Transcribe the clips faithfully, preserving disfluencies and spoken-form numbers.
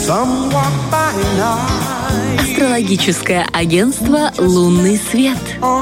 Астрологическое агентство «Лунный свет».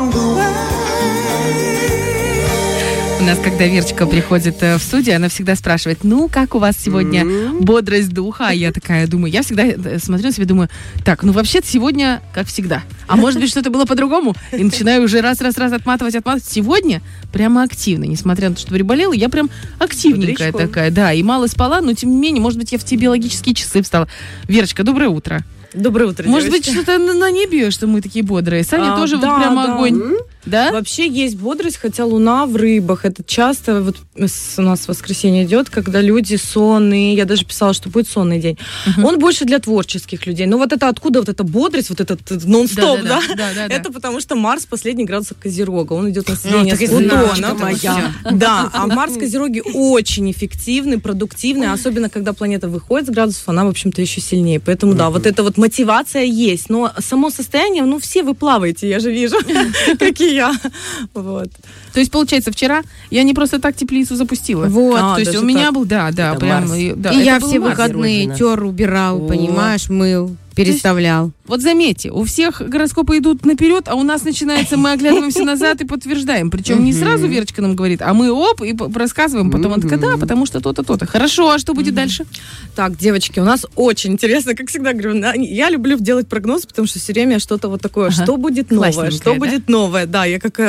У нас, когда Верочка приходит в студию, она всегда спрашивает, ну, как у вас сегодня mm-hmm. бодрость духа? А я такая думаю, я всегда смотрю на себя, думаю, так, ну, вообще-то сегодня как всегда. А может быть, что-то было по-другому? И начинаю уже раз-раз-раз отматывать, отматывать. Сегодня прямо активно, несмотря на то, что приболела, я прям активненькая Бодрячком. такая. Да, и мало спала, но тем не менее, может быть, я в те биологические часы встала. Верочка, доброе утро. Доброе утро, Может девочки. быть, что-то на небе, что мы такие бодрые. Саня а, тоже да, вот прямо да. огонь. Да? Вообще есть бодрость, хотя луна в рыбах. Это часто, вот у нас воскресенье идет, когда люди сонные. Я даже писала, что будет сонный день. Uh-huh. Он больше для творческих людей. Но вот это откуда вот эта бодрость, вот этот нон-стоп, да? да? да, да, да это потому что Марс последний градусов Козерога. Он идет на соединение ну, с Плутоном. Да, а Марс в Козероге очень эффективный, продуктивный. Особенно, когда планета выходит с градусов, она, в общем-то, еще сильнее. Поэтому, да, вот эта вот мотивация есть. Но само состояние, ну, все вы плаваете, я же вижу, какие я. Вот. То есть, получается, вчера я не просто так теплицу запустила. Вот. А, то есть у меня так. был, да, да, это прям. И, да, и я был все Марс. выходные тер, убирал, О. понимаешь, мыл. Переставлял. Есть, вот заметьте, у всех гороскопы идут наперед, а у нас начинается, мы оглядываемся назад и подтверждаем. Причем не сразу Верочка нам говорит, а мы оп, и рассказываем. Потом он такая, да, потому что то-то, то-то. Хорошо, а что будет дальше? Так, девочки, у нас очень интересно, как всегда говорю, я люблю делать прогноз, потому что все время что-то вот такое, ага. что будет новое, что да? будет новое. Да, я как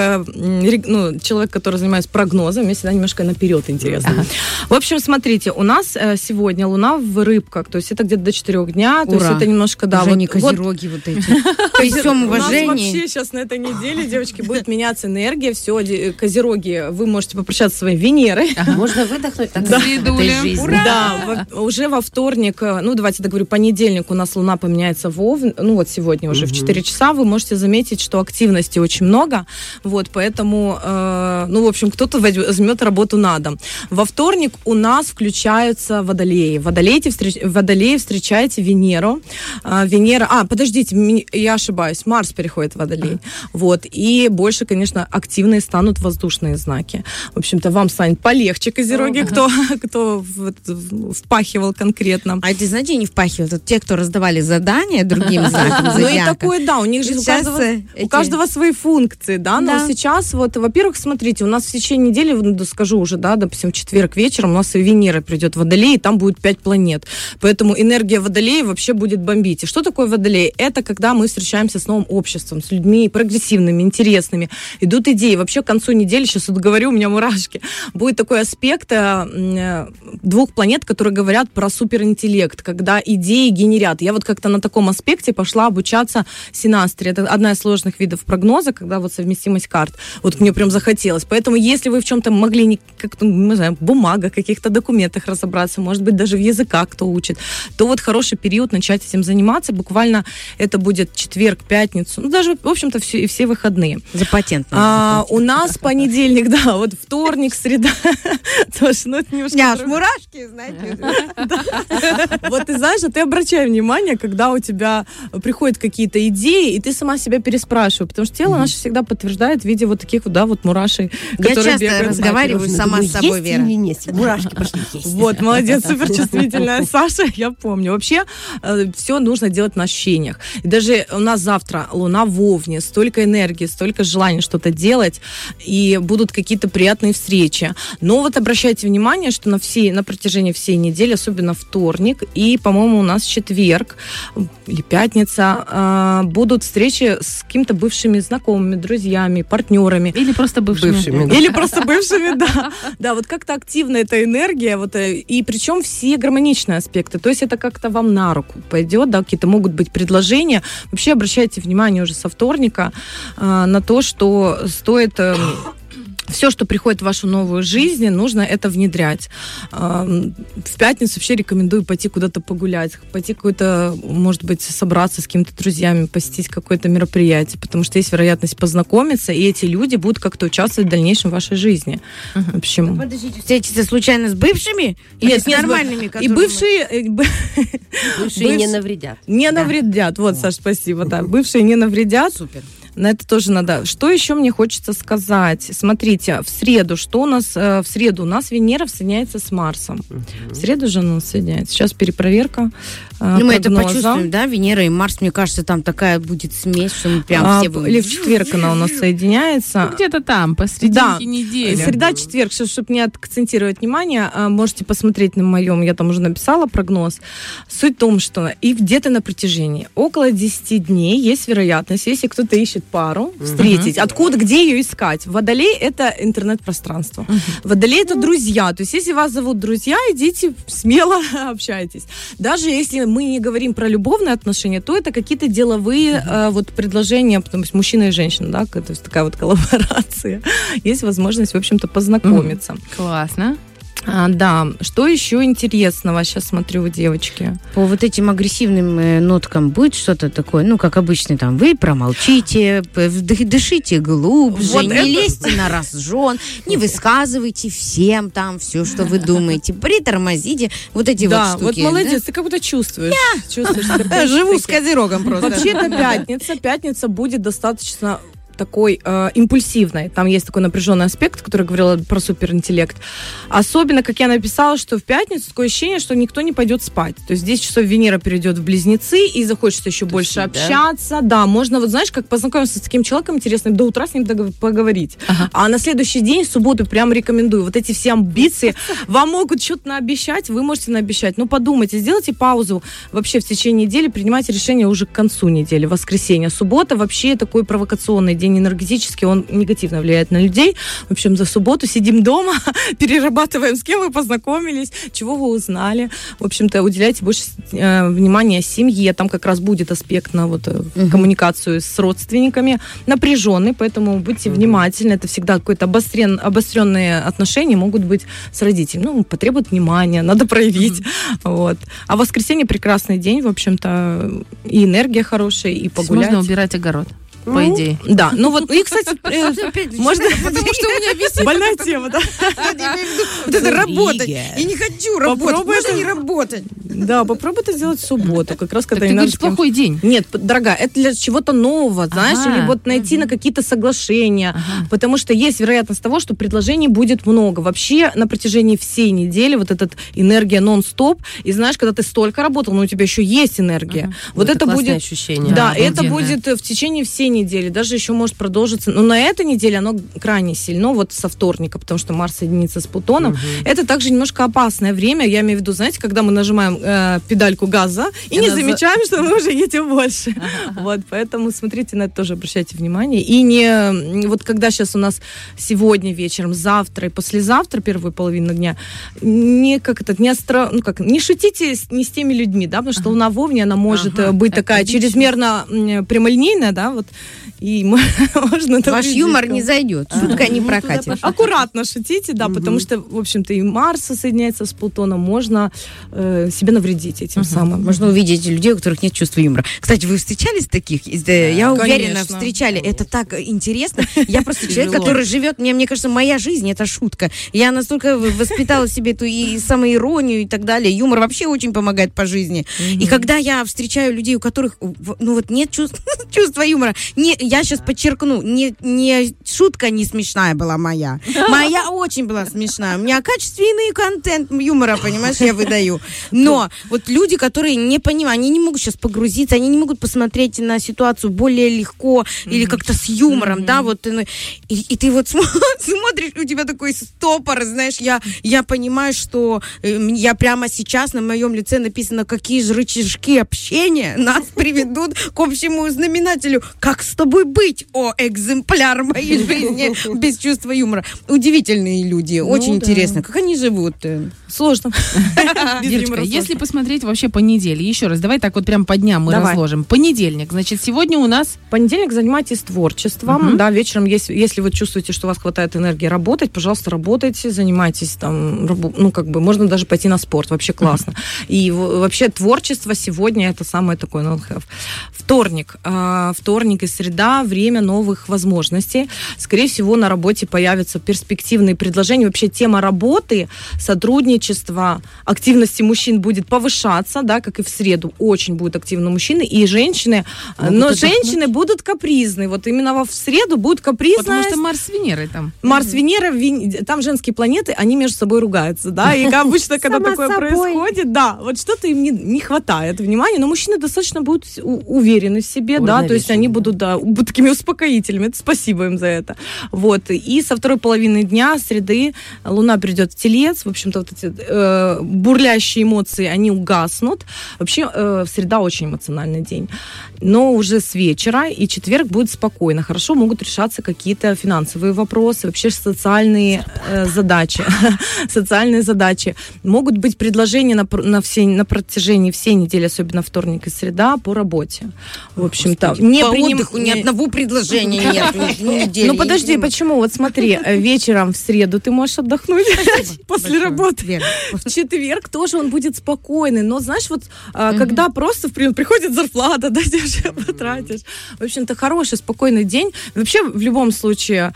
ну, человек, который занимается прогнозом, мне всегда немножко наперед интересно. Ага. В общем, смотрите, у нас сегодня Луна в рыбках, то есть это где-то до четырех дня, то Ура. есть это немножко да, уже вот, не козероги вот, вот эти. При всем уважении. У нас вообще сейчас на этой неделе, девочки, будет меняться энергия. Все, козероги, вы можете попрощаться со своей Венерой. Ага. Можно выдохнуть так да. этой жизни. Ура! Да, в, уже во вторник, ну давайте договорю, понедельник у нас Луна поменяется в Овен, ну вот сегодня уже угу. в четыре часа, вы можете заметить, что активности очень много, вот, поэтому, э, ну, в общем, кто-то возьмет работу на дом. Во вторник у нас включаются водолеи. Водолеи, встреч, водолеи встречаете Венеру. Венера, а, подождите, я ошибаюсь, Марс переходит в Водолей, вот, и больше, конечно, активные станут воздушные знаки. В общем-то, вам станет полегче, козероги, oh, кто, ага. кто в, в, впахивал конкретно. А это, знаете, не впахивал, это те, кто раздавали задания другим знакам зодиака. Ну и такое, да, у них же у каждого, у каждого свои функции, да, но сейчас вот, во-первых, смотрите, у нас в течение недели, скажу уже, да, допустим, в четверг вечером у нас и Венера придет в Водолей, и там будет пять планет, поэтому энергия Водолея вообще будет бомбить. Что такое Водолей? Это когда мы встречаемся с новым обществом, с людьми прогрессивными, интересными. Идут идеи. Вообще к концу недели, сейчас вот говорю, у меня мурашки, будет такой аспект э, двух планет, которые говорят про суперинтеллект, когда идеи генерят. Я вот как-то на таком аспекте пошла обучаться синастре. Это одна из сложных видов прогноза, когда вот совместимость карт. Вот мне прям захотелось. Поэтому если вы в чем-то могли, как-то, не знаю, в бумагах, каких-то документах разобраться, может быть, даже в языках кто учит, то вот хороший период начать этим заниматься. Буквально это будет четверг, пятницу, ну даже, в общем-то, все, и все выходные. За патент. А, у нас понедельник, да, вот вторник, среда. Тоже, ну это немножко... Я аж мурашки, знаете. Вот ты знаешь, ты обращай внимание, когда у тебя приходят какие-то идеи, и ты сама себя переспрашиваешь, потому что тело наше всегда подтверждает в виде вот таких вот, да, вот мурашей, которые бегают. Я часто разговариваю сама с собой, Вера. Мурашки пошли есть. Вот, молодец, суперчувствительная Саша, я помню. Вообще, все нужно делать на ощущениях. И даже у нас завтра Луна в Овне, столько энергии, столько желания что-то делать, и будут какие-то приятные встречи. Но вот обращайте внимание, что на, всей, на протяжении всей недели, особенно вторник, и, по-моему, у нас четверг или пятница, будут встречи с какими-то бывшими знакомыми, друзьями, партнерами. Или просто бывшими. бывшими да. Или просто бывшими, да. Да, вот как-то активна эта энергия, вот, и причем все гармоничные аспекты. То есть это как-то вам на руку пойдет, да, какие-то могут быть предложения. Вообще обращайте внимание уже со вторника э, на то, что стоит... Э, все, что приходит в вашу новую жизнь, нужно это внедрять. В пятницу вообще рекомендую пойти куда-то погулять, пойти какой-то, может быть, собраться с какими-то друзьями, посетить какое-то мероприятие, потому что есть вероятность познакомиться, и эти люди будут как-то участвовать в дальнейшем в вашей жизни. Uh-huh. В общем... Подождите, встретиться случайно с бывшими? Нет, с нормальными? И бывшие... Бывшие не навредят. Не навредят. Вот, Саш, спасибо. Да, бывшие не навредят. Супер. На это тоже надо. Что еще мне хочется сказать? Смотрите, в среду, что у нас? В среду у нас Венера соединяется с Марсом. Uh-huh. В среду же она соединяется. Сейчас перепроверка. Ну, мы это почувствуем, да, Венера и Марс, мне кажется, там такая будет смесь, что мы прям а, все будем... Или в четверг она у нас соединяется. Ну, где-то там, посрединке да. недели. Среда-четверг, чтобы не акцентировать внимание, можете посмотреть на моем, я там уже написала прогноз. Суть в том, что и где-то на протяжении около десять дней есть вероятность, если кто-то ищет пару, встретить. Uh-huh. Откуда, где ее искать? Водолей — это интернет-пространство. Uh-huh. Водолей — это друзья. То есть, если вас зовут друзья, идите смело общайтесь. Даже если мы не говорим про любовные отношения, то это какие-то деловые uh-huh. э, вот предложения, потому что мужчина и женщина, да, то есть такая вот коллаборация. Есть возможность, в общем-то, познакомиться. Uh-huh. Классно. А, да, что еще интересного? Сейчас смотрю у девочки. По вот этим агрессивным э, ноткам будет что-то такое, ну, как обычно, там, вы промолчите, дышите глубже, вот не это... лезьте на рожон, не высказывайте всем там все, что вы думаете, притормозите, вот эти да, вот штуки. Да, вот молодец, да? ты как будто чувствуешь. Я чувствуешь живу с козерогом просто. Вообще-то пятница, пятница будет достаточно... такой э, импульсивной. Там есть такой напряженный аспект, который говорила про суперинтеллект. Особенно, как я написала, что в пятницу такое ощущение, что никто не пойдет спать. То есть в десять часов Венера перейдет в Близнецы, и захочется еще Тусить, больше общаться. Да? да, можно, вот знаешь, как познакомиться с таким человеком интересным, до утра с ним поговорить. Ага. А на следующий день, в субботу, прям рекомендую. Вот эти все амбиции вам могут что-то наобещать, вы можете наобещать. Ну, подумайте, сделайте паузу вообще в течение недели, принимайте решение уже к концу недели, воскресенье. Суббота вообще такой провокационный день энергетически, он негативно влияет на людей. В общем, за субботу сидим дома, перерабатываем, с кем вы познакомились, чего вы узнали. В общем-то, уделяйте больше э, внимания семье. Там как раз будет аспект на вот, uh-huh. коммуникацию с родственниками. Напряженный, поэтому будьте uh-huh. внимательны. Это всегда какое-то обострен, обостренные отношения могут быть с родителями. Ну, потребует внимания, надо проявить. Uh-huh. Вот. А в воскресенье прекрасный день, в общем-то, и энергия хорошая, и погулять. Можно убирать огород. По ну, идее. Да, ну вот, и, кстати, можно... Потому что у меня висит... Больная тема, да? Вот это работать. Я не хочу работать, можно не работать. Да, попробуй это сделать в субботу, как раз когда... Ты говоришь, плохой день. Нет, дорогая, это для чего-то нового, знаешь, или вот найти на какие-то соглашения, потому что есть вероятность того, что предложений будет много. Вообще на протяжении всей недели вот эта энергия нон-стоп, и знаешь, когда ты столько работал, но у тебя еще есть энергия. Вот это будет... ощущение. Да, это будет в течение всей недели, даже еще может продолжиться. Но на этой неделе оно крайне сильно, вот со вторника, потому что Марс соединится с Плутоном. Угу. Это также немножко опасное время. Я имею в виду, знаете, когда мы нажимаем э, педальку газа и Она не замечаем, за... что мы уже едем больше. Ага. Вот, поэтому смотрите на это тоже, обращайте внимание. И не... Вот когда сейчас у нас сегодня вечером, завтра и послезавтра, первую половину дня, не как это, не остро... Ну как, не шутите с, не с теми людьми, да, потому что ага. Луна в Овне, она может ага, быть такая отлично. Чрезмерно прямолинейная, да, вот, и можно... Ваш юмор не зайдет, шутка не прокатит. Аккуратно шутите, да, потому что, в общем-то, и Марс соединяется с Плутоном, можно э, себе навредить этим самым. Можно увидеть людей, у которых нет чувства юмора. Кстати, вы встречались таких? Я уверена, встречали. Это так интересно. Я просто человек, который живет, мне, мне кажется, моя жизнь — это шутка. Я настолько воспитала в себе эту и самоиронию и так далее. Юмор вообще очень помогает по жизни. И когда я встречаю людей, у которых, ну вот, нет чувств, чувства юмора, не, я сейчас подчеркну, не, не шутка не смешная была моя. Моя очень была смешная. У меня качественный контент юмора, понимаешь, я выдаю. Но вот люди, которые не понимают, они не могут сейчас погрузиться, они не могут посмотреть на ситуацию более легко mm-hmm. или как-то с юмором, mm-hmm. да, вот. И, и ты вот смотришь, у тебя такой стопор, знаешь, я, я понимаю, что я прямо сейчас на моем лице написано, какие же рычажки общения нас приведут к общему знаменателю. Как с тобой быть, о, экземпляр моей жизни без чувства юмора. Удивительные люди, ну, очень да. интересно. Как они живут? Сложно. Верочка, если посмотреть вообще по неделе, еще раз, давай так вот прям по дням мы давай. разложим. Понедельник, значит, сегодня у нас... Понедельник, занимайтесь творчеством, uh-huh. да, вечером, если, если вы чувствуете, что у вас хватает энергии работать, пожалуйста, работайте, занимайтесь там, ну, как бы, можно даже пойти на спорт, вообще классно. Uh-huh. И вообще творчество сегодня это самое такое non-have. Вторник. Вторник и среда среда – время новых возможностей. Скорее всего, на работе появятся перспективные предложения. Вообще тема работы, сотрудничества, активности мужчин будет повышаться, да, как и в среду. Очень будут активны мужчины и женщины. Могут но отдохнуть. Женщины будут капризны. Вот именно в среду будут капризны. Потому что Марс с Венерой там. Марс, mm-hmm. Венера, Вен... там женские планеты, они между собой ругаются, да, и обычно, когда такое происходит, да, вот что-то им не, не хватает внимания, но мужчины достаточно будут уверены в себе, да, то есть они будут, да, такими успокоителями, спасибо им за это, вот, и со второй половины дня, среды, Луна придет в Телец, в общем-то, вот эти э, бурлящие эмоции, они угаснут, вообще, э, среда очень эмоциональный день, но уже с вечера и четверг будет спокойно, хорошо, могут решаться какие-то финансовые вопросы, вообще социальные э, задачи, социальные задачи, могут быть предложения на, на, все, на протяжении всей недели, особенно вторник и среда, по работе. В общем-то, Господи, не по приним... отдыху ни одного предложения нет. Ну подожди, почему? Вот смотри, вечером в среду ты можешь отдохнуть после работы. В четверг тоже он будет спокойный, но знаешь, вот когда просто приходит зарплата, да, ты уже потратишь. В общем-то, хороший, спокойный день. Вообще, в любом случае,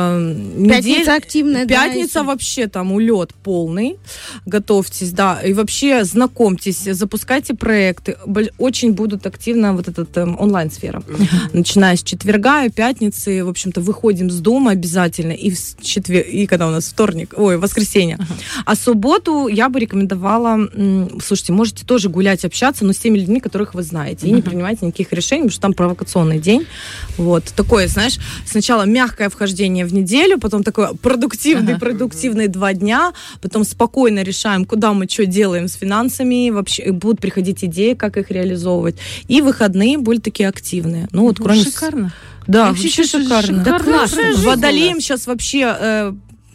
пятница активная, пятница вообще там улет полный. Готовьтесь, да, и вообще знакомьтесь, запускайте проекты. Очень будут активно вот эта э, онлайн-сфера. Uh-huh. Начиная с четверга и пятницы, в общем-то, выходим с дома обязательно. И, в четвер... и когда у нас вторник, ой, воскресенье. Uh-huh. А субботу я бы рекомендовала, м, слушайте, можете тоже гулять, общаться, но с теми людьми, которых вы знаете. Uh-huh. И не принимайте никаких решений, потому что там провокационный день. Вот. Такое, знаешь, сначала мягкое вхождение в неделю, потом такое продуктивный, uh-huh. продуктивные два дня, потом спокойно решаем, куда мы что делаем с финансами, вообще будут приходить идеи, как их реализовывать. И выходные будут такие активные. Ну вот, кроме... Шикарно. Да, вообще, вообще шикарно. Да, классно. Водолеем сейчас вообще... Э,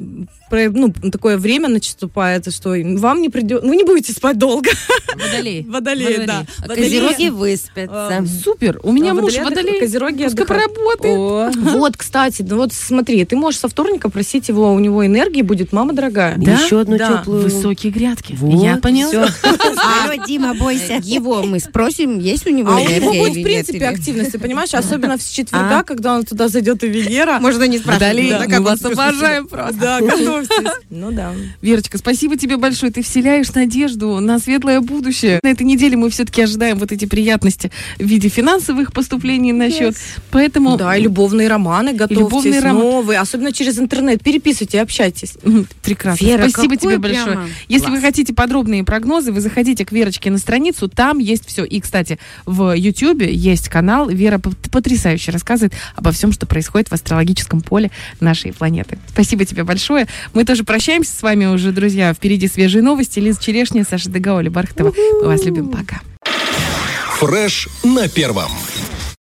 ну, такое время наступает, что вам не придет... Вы не будете спать долго. Водолей. Водолей, да. Козероги выспятся. Супер. У меня муж водолей. Козероги пускай поработает. Вот, кстати, ну вот смотри, ты можешь со вторника просить его, у него энергии будет, мама дорогая. Да? Еще одну теплую. Высокие грядки. Я поняла. Алло, Дима, бойся. Его мы спросим, есть у него энергия. А у него будет, в принципе, активность, ты понимаешь? Особенно с четверга, когда он туда зайдет и Венера. Можно не спрашивать. Мы вас обожаем просто. Да, готовьтесь. Ну да. Верочка, спасибо тебе большое. Ты вселяешь надежду на светлое будущее. На этой неделе мы все-таки ожидаем вот эти приятности в виде финансовых поступлений на счет. Yes. Поэтому... Да, и любовные романы готовьтесь, любовные новые. Роман... Особенно через интернет. Переписывайте, общайтесь. Прекрасно. Вера, спасибо тебе большое. Прямо... Если Класс. Вы хотите подробные прогнозы, вы заходите к Верочке на страницу. Там есть все. И, кстати, в Ютьюбе есть канал. Вера потрясающе рассказывает обо всем, что происходит в астрологическом поле нашей планеты. Спасибо тебе большое. Мы тоже прощаемся с вами уже, друзья. Впереди свежие новости. Лиза Черешня, Саша Дегаоли, Бархатова. Мы вас любим. Пока. Фреш на первом.